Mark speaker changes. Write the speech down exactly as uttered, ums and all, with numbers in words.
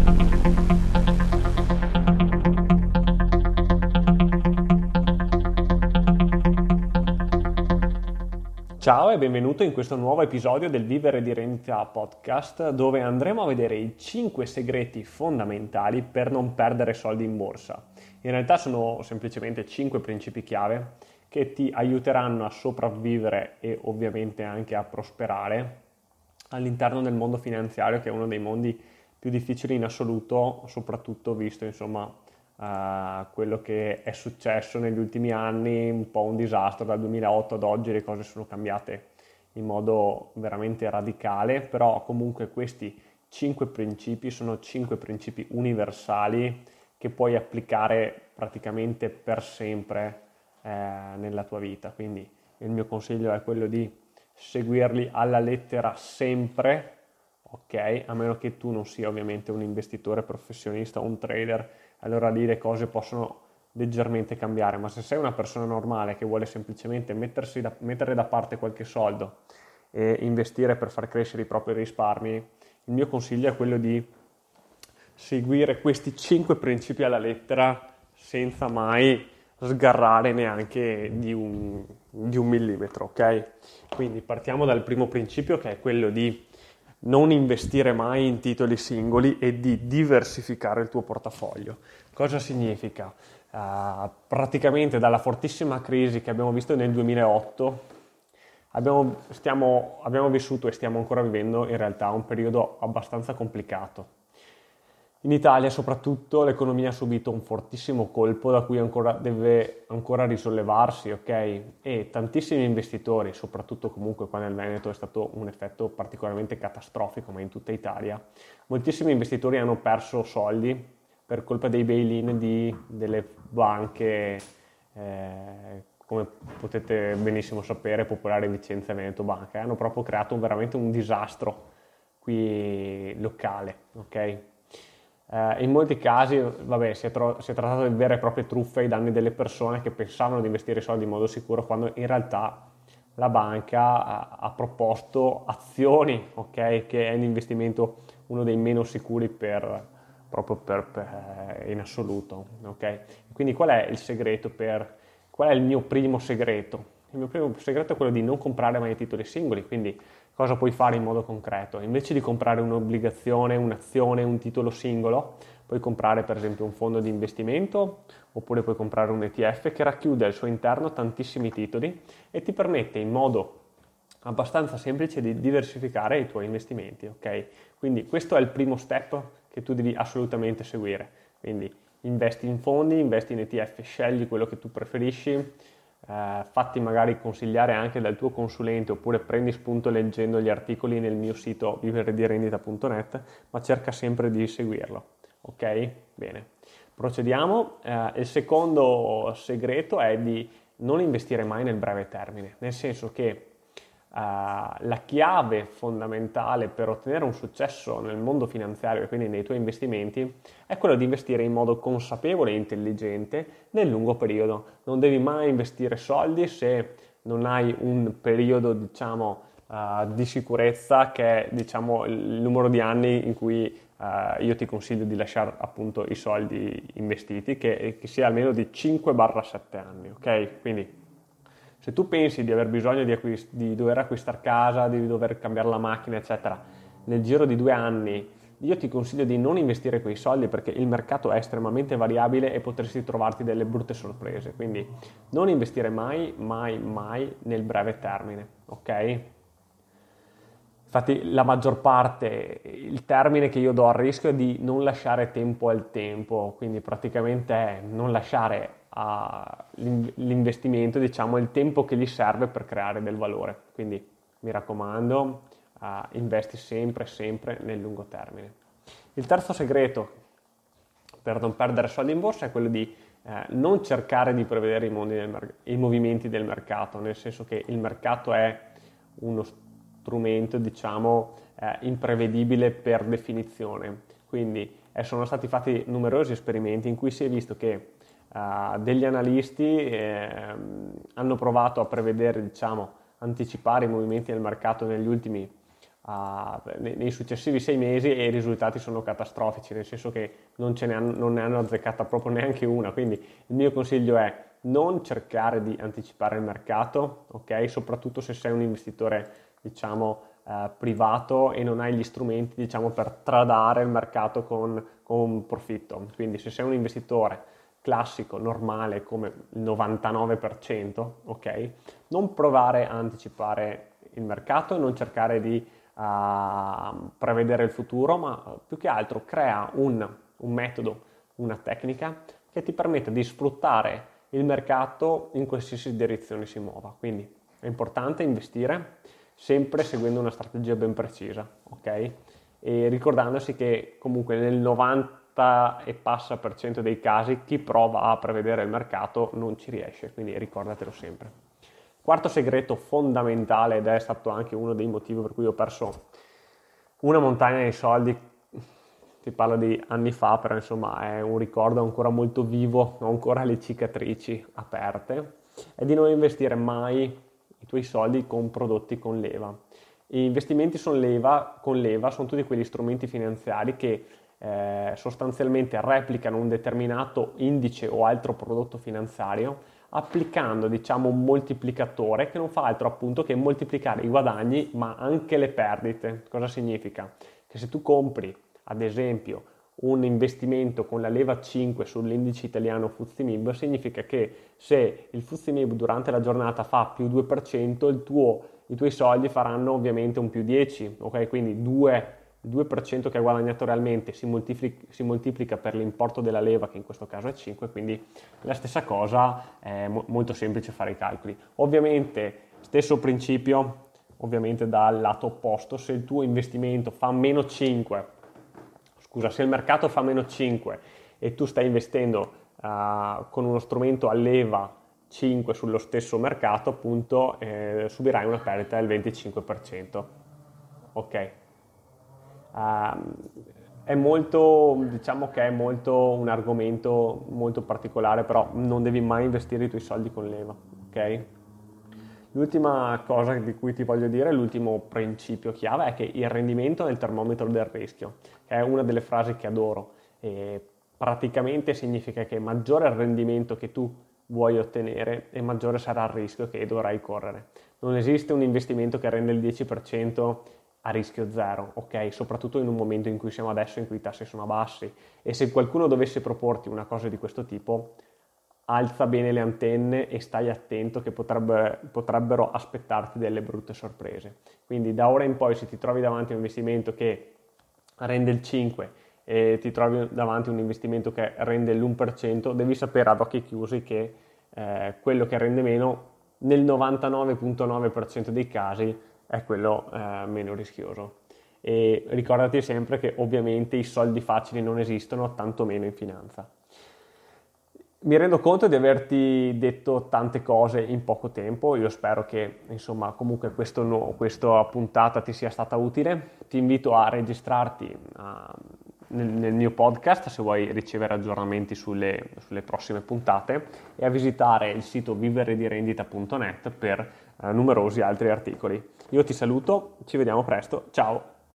Speaker 1: Ciao e benvenuto in questo nuovo episodio del Vivere di Rendita Podcast, dove andremo a vedere i cinque segreti fondamentali per non perdere soldi in borsa. In realtà sono semplicemente cinque principi chiave che ti aiuteranno a sopravvivere e ovviamente anche a prosperare all'interno del mondo finanziario, che è uno dei mondi più difficili in assoluto, soprattutto visto insomma Uh, quello che è successo negli ultimi anni, un po' un disastro. Dal duemilaotto ad oggi le cose sono cambiate in modo veramente radicale, però comunque questi cinque principi sono cinque principi universali che puoi applicare praticamente per sempre eh, nella tua vita. Quindi il mio consiglio è quello di seguirli alla lettera sempre, ok? A meno che tu non sia ovviamente un investitore professionista o un trader, allora lì le cose possono leggermente cambiare, ma se sei una persona normale che vuole semplicemente mettersi da, mettere da parte qualche soldo e investire per far crescere i propri risparmi, il mio consiglio è quello di seguire questi cinque principi alla lettera senza mai sgarrare neanche di un, di un millimetro, ok? Quindi partiamo dal primo principio, che è quello di non investire mai in titoli singoli e di diversificare il tuo portafoglio. Cosa significa? Uh, praticamente dalla fortissima crisi che abbiamo visto nel duemilaotto abbiamo, stiamo, abbiamo vissuto e stiamo ancora vivendo in realtà un periodo abbastanza complicato. In Italia soprattutto l'economia ha subito un fortissimo colpo da cui ancora deve ancora risollevarsi, ok? E tantissimi investitori, soprattutto comunque qua nel Veneto è stato un effetto particolarmente catastrofico, ma in tutta Italia, moltissimi investitori hanno perso soldi per colpa dei bail-in di, delle banche, eh, come potete benissimo sapere, Popolare, Vicenza e Veneto Banca, hanno proprio creato veramente un disastro qui locale, ok? Uh, in molti casi vabbè, si, è tro- si è trattato di vere e proprie truffe ai danni delle persone che pensavano di investire i soldi in modo sicuro, quando in realtà la banca ha, ha proposto azioni, ok, che è un investimento uno dei meno sicuri per, proprio per, per, in assoluto, ok? Quindi qual è il segreto per, qual è il mio primo segreto? Il mio primo segreto è quello di non comprare mai titoli singoli. Quindi cosa puoi fare in modo concreto? Invece di comprare un'obbligazione, un'azione, un titolo singolo, puoi comprare per esempio un fondo di investimento oppure puoi comprare un E T F che racchiude al suo interno tantissimi titoli e ti permette in modo abbastanza semplice di diversificare i tuoi investimenti, ok? Quindi questo è il primo step che tu devi assolutamente seguire. Quindi investi in fondi, investi in E T F, scegli quello che tu preferisci, Uh, fatti magari consigliare anche dal tuo consulente oppure prendi spunto leggendo gli articoli nel mio sito vivere di rendita punto net, ma cerca sempre di seguirlo, ok? Bene, procediamo. Uh, il secondo segreto è di non investire mai nel breve termine, nel senso che Uh, la chiave fondamentale per ottenere un successo nel mondo finanziario e quindi nei tuoi investimenti è quello di investire in modo consapevole e intelligente nel lungo periodo. Non devi mai investire soldi se non hai un periodo, diciamo, uh, di sicurezza che è, diciamo, il numero di anni in cui uh, io ti consiglio di lasciare appunto i soldi investiti, che, che sia almeno di cinque sette anni, ok? Quindi se tu pensi di aver bisogno di, acquist- di dover acquistare casa, di dover cambiare la macchina, eccetera, nel giro di due anni, io ti consiglio di non investire quei soldi perché il mercato è estremamente variabile e potresti trovarti delle brutte sorprese. Quindi non investire mai, mai, mai nel breve termine, ok? Infatti la maggior parte, il termine che io do al rischio è di non lasciare tempo al tempo, quindi praticamente è non lasciare all'investimento, diciamo, il tempo che gli serve per creare del valore. Quindi mi raccomando, uh, investi sempre, sempre nel lungo termine. Il terzo segreto per non perdere soldi in borsa è quello di eh, non cercare di prevedere i, mondi del mer- i movimenti del mercato, nel senso che il mercato è uno strumento, diciamo, eh, imprevedibile per definizione. Quindi eh, sono stati fatti numerosi esperimenti in cui si è visto che Uh, degli analisti eh, hanno provato a prevedere, diciamo, anticipare i movimenti del mercato negli ultimi a, nei, nei successivi sei mesi e i risultati sono catastrofici, nel senso che non, ce ne hanno, non ne hanno azzeccata proprio neanche una. Quindi il mio consiglio è non cercare di anticipare il mercato, ok? Soprattutto se sei un investitore, diciamo, eh, privato e non hai gli strumenti, diciamo, per tradare il mercato con, con profitto. Quindi se sei un investitore classico, normale, come il novantanove per cento, ok? Non provare a anticipare il mercato e non cercare di uh, prevedere il futuro, ma più che altro crea un, un metodo, una tecnica che ti permette di sfruttare il mercato in qualsiasi direzione si muova. Quindi è importante investire sempre seguendo una strategia ben precisa, ok? E ricordandosi che comunque nel novanta e passa per cento dei casi chi prova a prevedere il mercato non ci riesce, quindi ricordatelo sempre. Quarto segreto fondamentale, ed è stato anche uno dei motivi per cui ho perso una montagna di soldi, ti parlo di anni fa, però insomma è un ricordo ancora molto vivo, ho ancora le cicatrici aperte, è di non investire mai i tuoi soldi con prodotti con leva. Gli investimenti con leva, con leva sono tutti quegli strumenti finanziari che eh, sostanzialmente replicano un determinato indice o altro prodotto finanziario applicando, diciamo, un moltiplicatore che non fa altro appunto che moltiplicare i guadagni ma anche le perdite. Cosa significa? Che se tu compri ad esempio un investimento con la leva cinque sull'indice italiano F T S E M I B, significa che se il F T S E M I B durante la giornata fa più due per cento, il tuo, i tuoi soldi faranno ovviamente un più dieci, ok? Quindi due, il due per cento che hai guadagnato realmente si moltiplica, si moltiplica per l'importo della leva, che in questo caso è cinque, quindi la stessa cosa, è mo- molto semplice fare i calcoli. Ovviamente stesso principio, ovviamente dal lato opposto, se il tuo investimento fa meno cinque, scusa, se il mercato fa meno cinque e tu stai investendo uh, con uno strumento a leva cinque sullo stesso mercato, appunto, eh, subirai una perdita del venticinque per cento. Ok. Uh, è molto, diciamo che è molto un argomento molto particolare, però non devi mai investire i tuoi soldi con leva, ok? L'ultima cosa di cui ti voglio dire, l'ultimo principio chiave, è che il rendimento è il termometro del rischio, che è una delle frasi che adoro. E praticamente significa che maggiore è il rendimento che tu vuoi ottenere e maggiore sarà il rischio che dovrai correre. Non esiste un investimento che rende il dieci per cento a rischio zero, ok? Soprattutto in un momento in cui siamo adesso, in cui i tassi sono bassi. E se qualcuno dovesse proporti una cosa di questo tipo, alza bene le antenne e stai attento che potrebbe, potrebbero aspettarti delle brutte sorprese. Quindi da ora in poi, se ti trovi davanti a un investimento che rende il cinque e ti trovi davanti a un investimento che rende l'uno per cento, devi sapere ad occhi chiusi che eh, quello che rende meno nel novantanove virgola nove per cento dei casi è quello eh, meno rischioso. E ricordati sempre che ovviamente i soldi facili non esistono, tantomeno in finanza. Mi rendo conto di averti detto tante cose in poco tempo, io spero che insomma comunque questo no, questa puntata ti sia stata utile. Ti invito a registrarti a, nel, nel mio podcast se vuoi ricevere aggiornamenti sulle, sulle prossime puntate e a visitare il sito viveredirendita punto net per eh, numerosi altri articoli. Io ti saluto, ci vediamo presto, ciao!